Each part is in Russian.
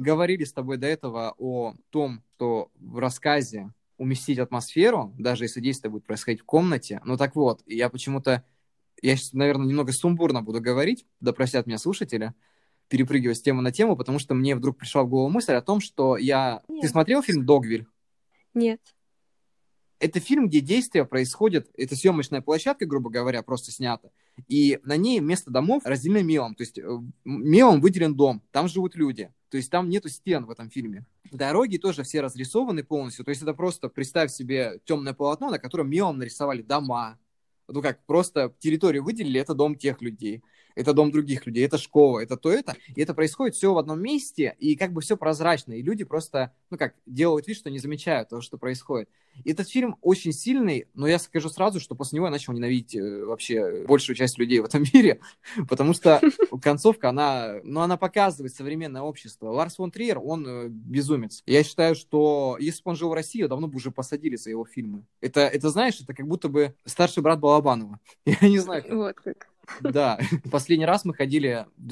говорили с тобой до этого о том, что в рассказе уместить атмосферу, даже если действие будет происходить в комнате. Ну так вот, я сейчас, наверное, немного сумбурно буду говорить, да простят меня слушатели, перепрыгивать с темы на тему, потому что мне вдруг пришла в голову мысль о том, что Ты Нет. смотрел фильм «Догвиль»? Нет. Это фильм, где действие происходит, это съемочная площадка, грубо говоря, просто снята, и на ней вместо домов разделены мелом, то есть мелом выделен дом, там живут люди, то есть там нету стен в этом фильме. Дороги тоже все разрисованы полностью, то есть это просто, представь себе темное полотно, на котором мелом нарисовали дома, ну как, просто территорию выделили, это дом тех людей, это дом других людей, это школа, это то, это. И это происходит все в одном месте, и как бы все прозрачно, и люди просто, ну как, делают вид, что не замечают того, что происходит. И этот фильм очень сильный, но я скажу сразу, что после него я начал ненавидеть вообще большую часть людей в этом мире, потому что концовка, она показывает современное общество. Ларс фон Триер, он безумец. Я считаю, что если бы он жил в России, давно бы уже посадили за его фильмы. Это знаешь, это как будто бы старший брат Балабанова. Я не знаю. Вот как. Да, последний раз мы ходили в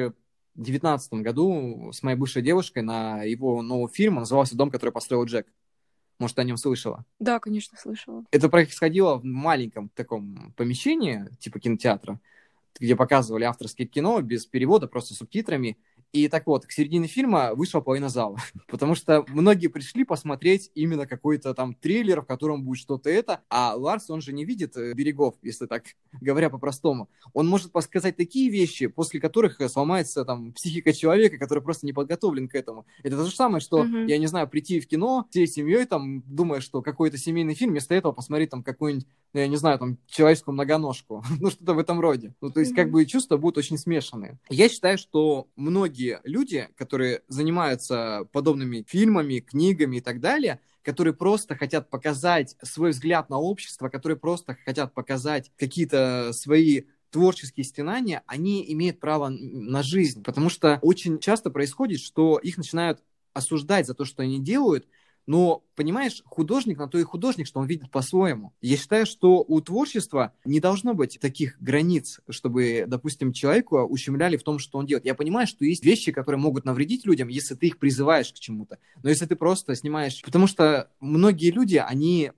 2019 году с моей бывшей девушкой на его новый фильм, он назывался «Дом, который построил Джек». Может, ты о нем слышала? Да, конечно, слышала. Это происходило в маленьком таком помещении, типа кинотеатра, где показывали авторское кино без перевода, просто субтитрами. И так вот, к середине фильма вышла половина зала, потому что многие пришли посмотреть именно какой-то там трейлер, в котором будет что-то это, а Ларс, он же не видит берегов, если так говоря по-простому. Он может подсказать такие вещи, после которых сломается там психика человека, который просто не подготовлен к этому. Это то же самое, что, я не знаю, прийти в кино всей семьей, там, думая, что какой-то семейный фильм, вместо этого посмотреть там какую-нибудь, я не знаю, там, человеческую многоножку, ну, что-то в этом роде. Ну, то есть, как бы чувства будут очень смешанные. Я считаю, что многие люди, которые занимаются подобными фильмами, книгами и так далее, которые просто хотят показать свой взгляд на общество, которые просто хотят показать какие-то свои творческие стенания, они имеют право на жизнь, потому что очень часто происходит, что их начинают осуждать за то, что они делают, но, понимаешь, художник на то и художник, что он видит по-своему. Я считаю, что у творчества не должно быть таких границ, чтобы, допустим, человеку ущемляли в том, что он делает. Я понимаю, что есть вещи, которые могут навредить людям, если ты их призываешь к чему-то. Но если ты просто снимаешь... Потому что многие люди, они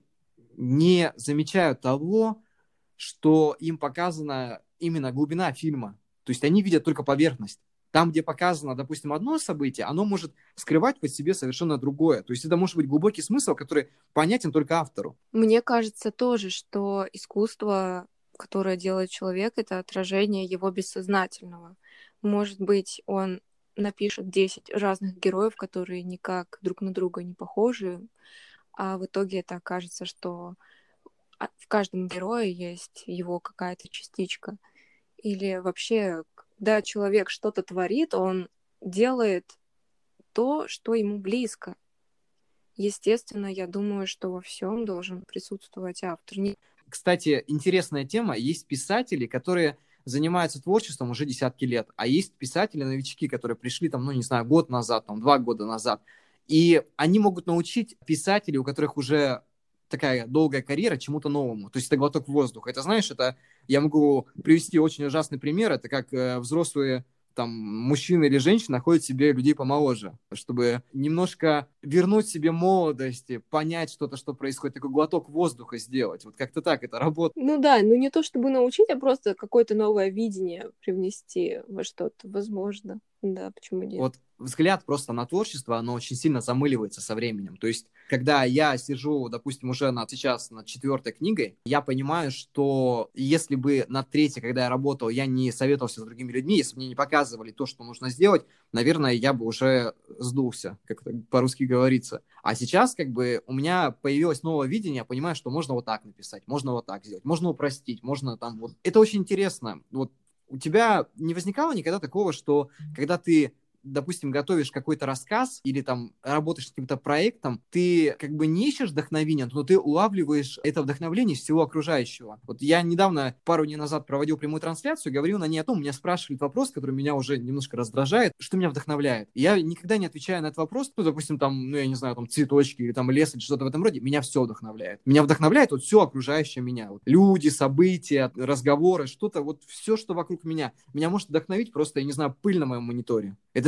не замечают того, что им показана именно глубина фильма. То есть они видят только поверхность. Там, где показано, допустим, одно событие, оно может скрывать под себе совершенно другое. То есть это может быть глубокий смысл, который понятен только автору. Мне кажется тоже, что искусство, которое делает человек, это отражение его бессознательного. Может быть, он напишет 10 разных героев, которые никак друг на друга не похожи, а в итоге это окажется, что в каждом герое есть его какая-то частичка. Или вообще, когда человек что-то творит, он делает то, что ему близко. Естественно, я думаю, что во всем должен присутствовать автор. Кстати, интересная тема. Есть писатели, которые занимаются творчеством уже десятки лет, а есть писатели-новички, которые пришли там, ну, не знаю, год назад, там, 2 года назад. И они могут научить писателей, у которых уже такая долгая карьера, чему-то новому. То есть это глоток воздуха. Это, знаешь, это я могу привести очень ужасный пример. Это как взрослые там мужчина или женщина находят себе людей помоложе, чтобы немножко вернуть себе молодости, понять что-то, что происходит, такой глоток воздуха сделать. Вот как-то так это работает. Ну да, ну не то чтобы научить, а просто какое-то новое видение привнести во что-то, возможно. Да, почему нет? Вот взгляд просто на творчество, оно очень сильно замыливается со временем. То есть, когда я сижу, допустим, уже сейчас над 4-й книгой, я понимаю, что если бы над 3-й, когда я работал, я не советовался с другими людьми, если бы мне не показывали то, что нужно сделать, наверное, я бы уже сдулся, как это по-русски говорится. А сейчас как бы у меня появилось новое видение, я понимаю, что можно вот так написать, можно вот так сделать, можно упростить, можно там вот... Это очень интересно. Вот у тебя не возникало никогда такого, что когда ты, допустим, готовишь какой-то рассказ или там работаешь с каким-то проектом, ты как бы не ищешь вдохновения, но ты улавливаешь это вдохновление из всего окружающего. Вот я недавно, пару дней назад проводил прямую трансляцию, говорил на ней о том, меня спрашивали вопрос, который меня уже немножко раздражает, что меня вдохновляет. И я никогда не отвечаю на этот вопрос, ну, допустим, там, ну, я не знаю, там, цветочки или там лес или что-то в этом роде, меня все вдохновляет. Меня вдохновляет вот все окружающее меня. Вот люди, события, разговоры, что-то, вот все, что вокруг меня. Меня может вдохновить просто, я не знаю, пыль на моем мониторе. Это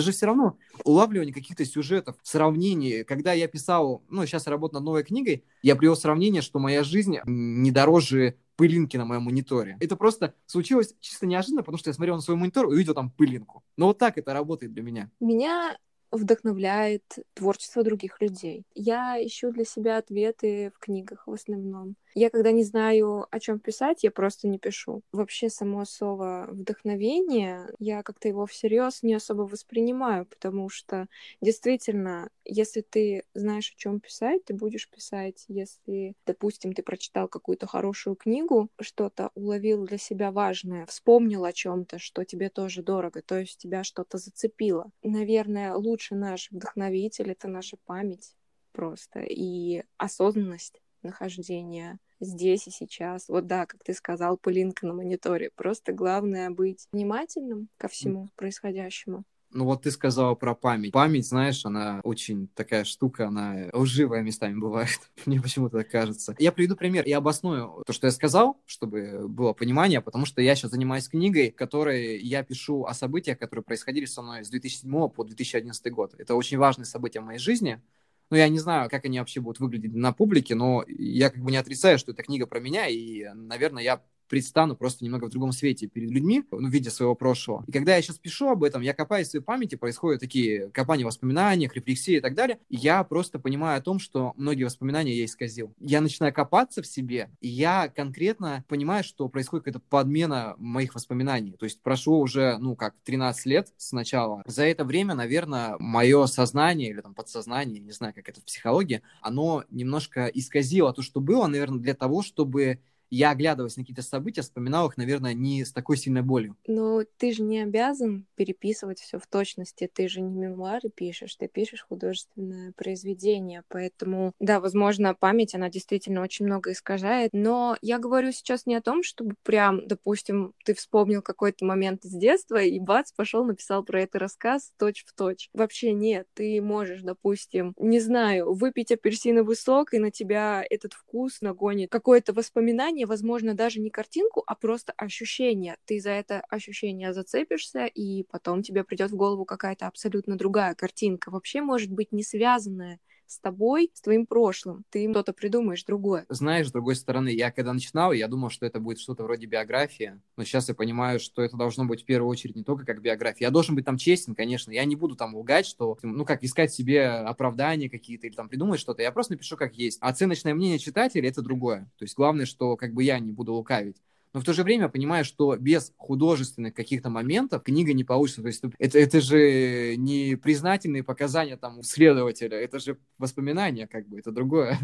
же все равно улавливание каких-то сюжетов, сравнений. Когда я писал, сейчас я работаю над новой книгой, я привел сравнение, что моя жизнь не дороже пылинки на моем мониторе. Это просто случилось чисто неожиданно, потому что я смотрел на свой монитор и увидел там пылинку. Но вот так это работает для меня. Меня вдохновляет творчество других людей. Я ищу для себя ответы в книгах в основном. Я, когда не знаю, о чем писать, я просто не пишу. Вообще, само слово вдохновение, я как-то его всерьез не особо воспринимаю, потому что действительно, если ты знаешь, о чем писать, ты будешь писать. Если, допустим, ты прочитал какую-то хорошую книгу, что-то уловил для себя важное, вспомнил о чем-то, что тебе тоже дорого, то есть тебя что-то зацепило. Наверное, лучше наш вдохновитель — это наша память просто и осознанность нахождения здесь и сейчас. Вот да, как ты сказал, пылинка на мониторе. Просто главное быть внимательным ко всему происходящему. Ну вот ты сказала про память. Память, знаешь, она очень такая штука, она лживая местами бывает. Мне почему-то так кажется. Я приведу пример и обосную то, что я сказал, чтобы было понимание, потому что я сейчас занимаюсь книгой, в которой я пишу о событиях, которые происходили со мной с 2007 по 2011 год. Это очень важные события в моей жизни. Ну, я не знаю, как они вообще будут выглядеть на публике, но я как бы не отрицаю, что эта книга про меня, и, наверное, я предстану просто немного в другом свете перед людьми, в виде своего прошлого. И когда я сейчас пишу об этом, я копаюсь в своей памяти, происходят такие копания в воспоминаниях, рефлексии и так далее, и я просто понимаю о том, что многие воспоминания я исказил. Я начинаю копаться в себе, и я конкретно понимаю, что происходит какая-то подмена моих воспоминаний. То есть прошло уже, 13 лет с начала. За это время, наверное, мое сознание или там подсознание, не знаю, как это в психологии, оно немножко исказило то, что было, наверное, для того, чтобы я, оглядываясь на какие-то события, вспоминал их, наверное, не с такой сильной болью. Но ты же не обязан переписывать все в точности. Ты же не мемуары пишешь, ты пишешь художественное произведение. Поэтому, да, возможно, память, она действительно очень много искажает. Но я говорю сейчас не о том, чтобы прям, допустим, ты вспомнил какой-то момент из детства и бац, пошел, написал про это рассказ точь в точь. Вообще нет. Ты можешь, допустим, не знаю, выпить апельсиновый сок, и на тебя этот вкус нагонит какое-то воспоминание, возможно, даже не картинку, а просто ощущение. Ты за это ощущение зацепишься, и потом тебе придет в голову какая-то абсолютно другая картинка. Вообще, может быть, не связанная с тобой, с твоим прошлым. Ты что-то придумаешь другое. Знаешь, с другой стороны, я когда начинал, я думал, что это будет что-то вроде биографии, но сейчас я понимаю, что это должно быть в первую очередь не только как биография. Я должен быть там честен, конечно, я не буду там лгать, что, как искать себе оправдания какие-то или там придумать что-то, я просто напишу как есть. А оценочное мнение читателя — это другое. То есть главное, что как бы я не буду лукавить. Но в то же время понимаю, что без художественных каких-то моментов книга не получится. То есть это же не признательные показания там следователя, это же воспоминания, как бы, это другое.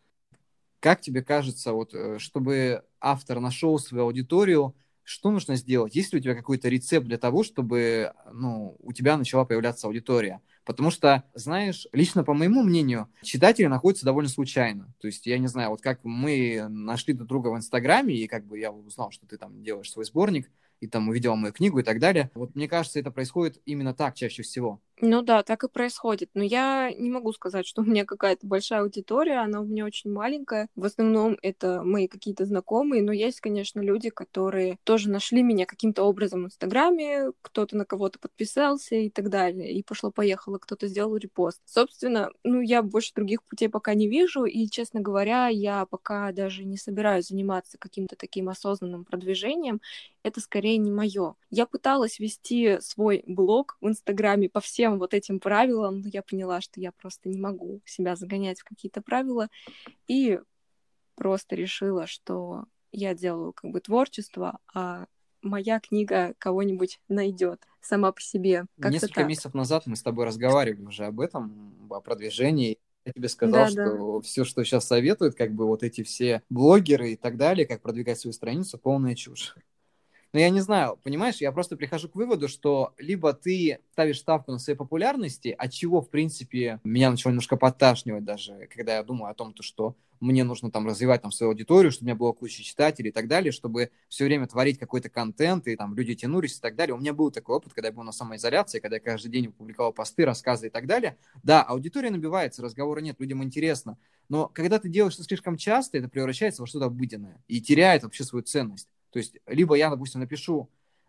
Как тебе кажется, чтобы автор нашел свою аудиторию, что нужно сделать? Есть ли у тебя какой-то рецепт для того, чтобы, у тебя начала появляться аудитория? Потому что, знаешь, лично по моему мнению, читатели находятся довольно случайно. То есть, я не знаю, вот как мы нашли друг друга в Инстаграме, и как бы я узнал, что ты там делаешь свой сборник, и там увидела мою книгу и так далее. Вот мне кажется, это происходит именно так чаще всего. Ну да, так и происходит. Но я не могу сказать, что у меня какая-то большая аудитория, она у меня очень маленькая. В основном это мои какие-то знакомые, но есть, конечно, люди, которые тоже нашли меня каким-то образом в Инстаграме, кто-то на кого-то подписался и так далее. И пошло-поехало, кто-то сделал репост. Собственно, я больше других путей пока не вижу, и, честно говоря, я пока даже не собираюсь заниматься каким-то таким осознанным продвижением. Это скорее не мое. Я пыталась вести свой блог в Инстаграме по всем вот этим правилам, но я поняла, что я просто не могу себя загонять в какие-то правила, и просто решила, что я делаю как бы творчество, а моя книга кого-нибудь найдет сама по себе. Как-то Несколько так. месяцев назад мы с тобой разговаривали уже об этом, о продвижении. Я тебе сказал, Да-да. что все, что сейчас советуют, как бы вот эти все блогеры и так далее, как продвигать свою страницу, полная чушь. Но я не знаю, понимаешь, я просто прихожу к выводу, что либо ты ставишь ставку на своей популярности, от чего, в принципе, меня начало немножко подташнивать даже, когда я думаю о том, что мне нужно там развивать там свою аудиторию, чтобы у меня было куча читателей и так далее, чтобы все время творить какой-то контент, и там люди тянулись и так далее. У меня был такой опыт, когда я был на самоизоляции, когда я каждый день публиковал посты, рассказы и так далее. Да, аудитория набивается, разговора нет, людям интересно. Но когда ты делаешь это слишком часто, это превращается во что-то обыденное и теряет вообще свою ценность. То есть, либо я, допустим, напишу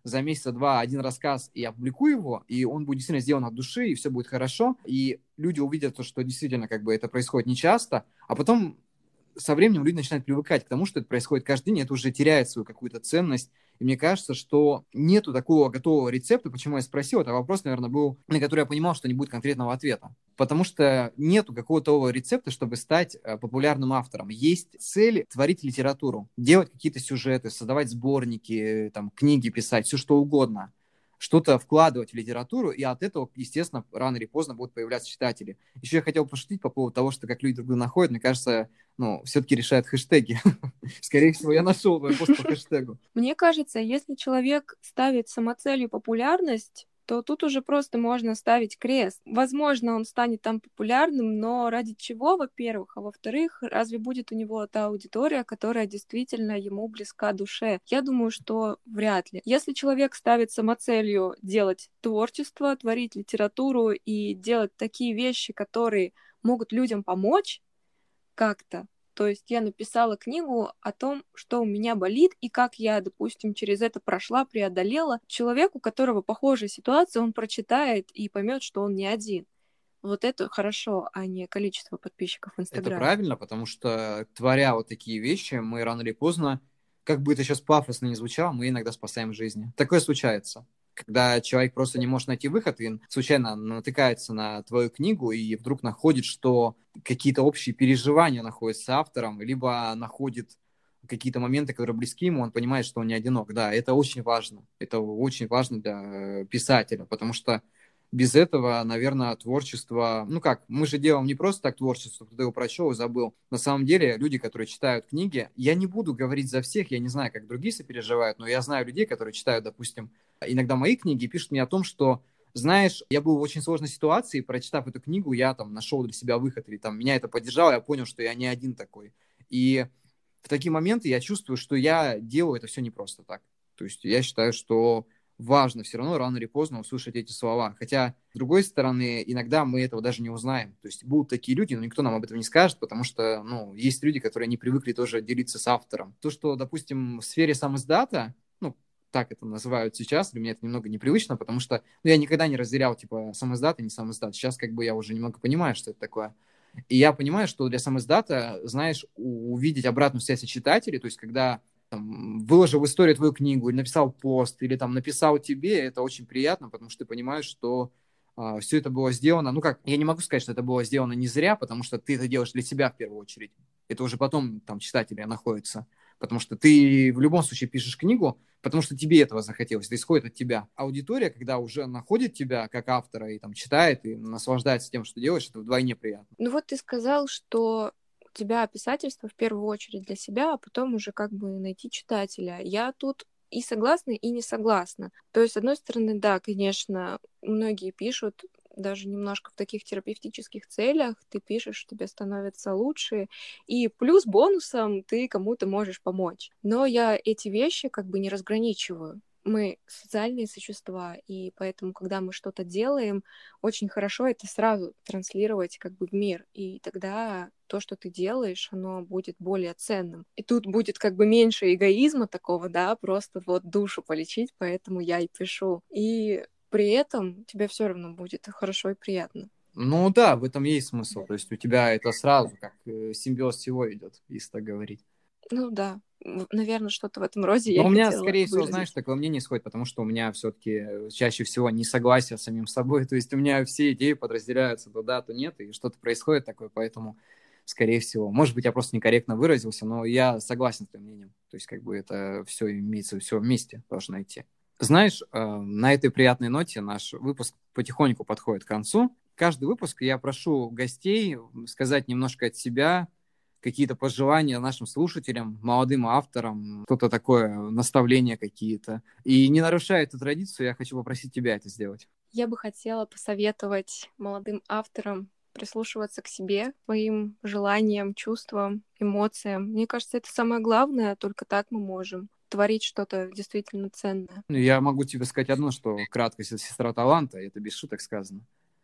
за месяца 2 один рассказ и опубликую его, и он будет действительно сделан от души, и все будет хорошо, и люди увидят то, что действительно как бы это происходит нечасто, а потом со временем люди начинают привыкать к тому, что это происходит каждый день, и это уже теряет свою какую-то ценность. И мне кажется, что нету такого готового рецепта. Почему я спросил? Это вопрос, наверное, был, на который я понимал, что не будет конкретного ответа. Потому что нету какого-то рецепта, чтобы стать популярным автором. Есть цель творить литературу, делать какие-то сюжеты, создавать сборники, там, книги писать, все что угодно. Что-то вкладывать в литературу, и от этого, естественно, рано или поздно будут появляться читатели. Еще я хотел пошутить по поводу того, что как люди друг друга находят. Мне кажется, все-таки решают хэштеги. Скорее всего, я нашел твой пост по хэштегу. Мне кажется, если человек ставит самоцелью популярность, то тут уже просто можно ставить крест. Возможно, он станет там популярным, но ради чего, во-первых, а во-вторых, разве будет у него та аудитория, которая действительно ему близка душе? Я думаю, что вряд ли. Если человек ставит самоцелью делать творчество, творить литературу и делать такие вещи, которые могут людям помочь как-то, то есть я написала книгу о том, что у меня болит, и как я, допустим, через это прошла, преодолела. Человек, у которого похожая ситуация, он прочитает и поймет, что он не один. Вот это хорошо, а не количество подписчиков в Это Инстаграме. правильно, потому что, творя вот такие вещи, мы рано или поздно, как бы это сейчас пафосно не звучало, мы иногда спасаем жизни. Такое случается. Когда человек просто не может найти выход и случайно натыкается на твою книгу и вдруг находит, что какие-то общие переживания находят с автором, либо находит какие-то моменты, которые близки ему, он понимает, что он не одинок. Да, это очень важно. Это очень важно для писателя, потому что без этого, наверное, творчество... мы же делаем не просто так творчество, кто-то его прочел и забыл. На самом деле, люди, которые читают книги, я не буду говорить за всех, я не знаю, как другие сопереживают, но я знаю людей, которые читают, допустим, иногда мои книги, и пишут мне о том, что, знаешь, я был в очень сложной ситуации, прочитав эту книгу, я там нашел для себя выход, или там меня это поддержало, я понял, что я не один такой. И в такие моменты я чувствую, что я делаю это все не просто так. То есть я считаю, что важно все равно рано или поздно услышать эти слова. Хотя, с другой стороны, иногда мы этого даже не узнаем. То есть будут такие люди, но никто нам об этом не скажет, потому что, есть люди, которые не привыкли тоже делиться с автором. То, что, допустим, в сфере самиздата, так это называют сейчас, для меня это немного непривычно, потому что я никогда не разделял, типа, самиздат и не самиздат. Сейчас как бы я уже немного понимаю, что это такое. И я понимаю, что для самиздата, знаешь, увидеть обратную связь от читателей, то есть когда выложил в историю твою книгу, или написал пост, или там написал тебе, это очень приятно, потому что ты понимаешь, что все это было сделано, я не могу сказать, что это было сделано не зря, потому что ты это делаешь для себя в первую очередь. Это уже потом там читатели находятся. Потому что ты в любом случае пишешь книгу, потому что тебе этого захотелось, это исходит от тебя. Аудитория, когда уже находит тебя как автора и там читает, и наслаждается тем, что делаешь, это вдвойне приятно. Ну вот ты сказал, что у тебя писательство в первую очередь для себя, а потом уже как бы найти читателя. Я тут и согласна, и не согласна. То есть, с одной стороны, да, конечно, многие пишут даже немножко в таких терапевтических целях, ты пишешь, тебе становится лучше, и плюс бонусом ты кому-то можешь помочь. Но я эти вещи как бы не разграничиваю. Мы социальные существа, и поэтому, когда мы что-то делаем, очень хорошо это сразу транслировать как бы в мир, и тогда то, что ты делаешь, оно будет более ценным. И тут будет как бы меньше эгоизма такого, да, просто вот душу полечить, поэтому я и пишу. И при этом тебе все равно будет хорошо и приятно. Ну да, в этом есть смысл. То есть у тебя это сразу как симбиоз всего идет, если так говорить. Ну да, наверное, что-то в этом роде я Но и у меня, хотела скорее всего, знаешь, выразить. такое мнение исходит, потому что у меня все-таки чаще всего несогласие с самим собой. То есть у меня все идеи подразделяются то да, то нет, и что-то происходит такое, поэтому, скорее всего, может быть, я просто некорректно выразился, но я согласен с твоим мнением. То есть как бы это все имеется, все вместе должно идти. Знаешь, на этой приятной ноте наш выпуск потихоньку подходит к концу. Каждый выпуск я прошу гостей сказать немножко от себя, какие-то пожелания нашим слушателям, молодым авторам, что-то такое, наставления какие-то. И не нарушая эту традицию, я хочу попросить тебя это сделать. Я бы хотела посоветовать молодым авторам прислушиваться к себе, своим желаниям, чувствам, эмоциям. Мне кажется, это самое главное, только так мы можем творить что-то действительно ценное. Я могу тебе сказать одно, что краткость — это сестра таланта, и это без шуток сказано.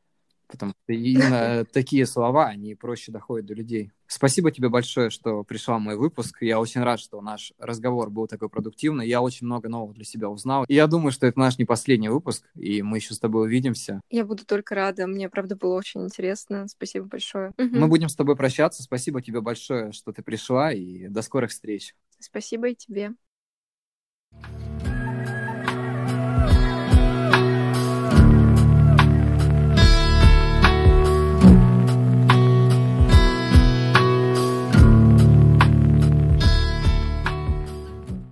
Потому что именно такие слова, они проще доходят до людей. Спасибо тебе большое, что пришла в мой выпуск. Я очень рад, что наш разговор был такой продуктивный. Я очень много нового для себя узнал. И я думаю, что это наш не последний выпуск, и мы еще с тобой увидимся. Я буду только рада. Мне, правда, было очень интересно. Спасибо большое. Мы будем с тобой прощаться. Спасибо тебе большое, что ты пришла, и до скорых встреч. Спасибо и тебе.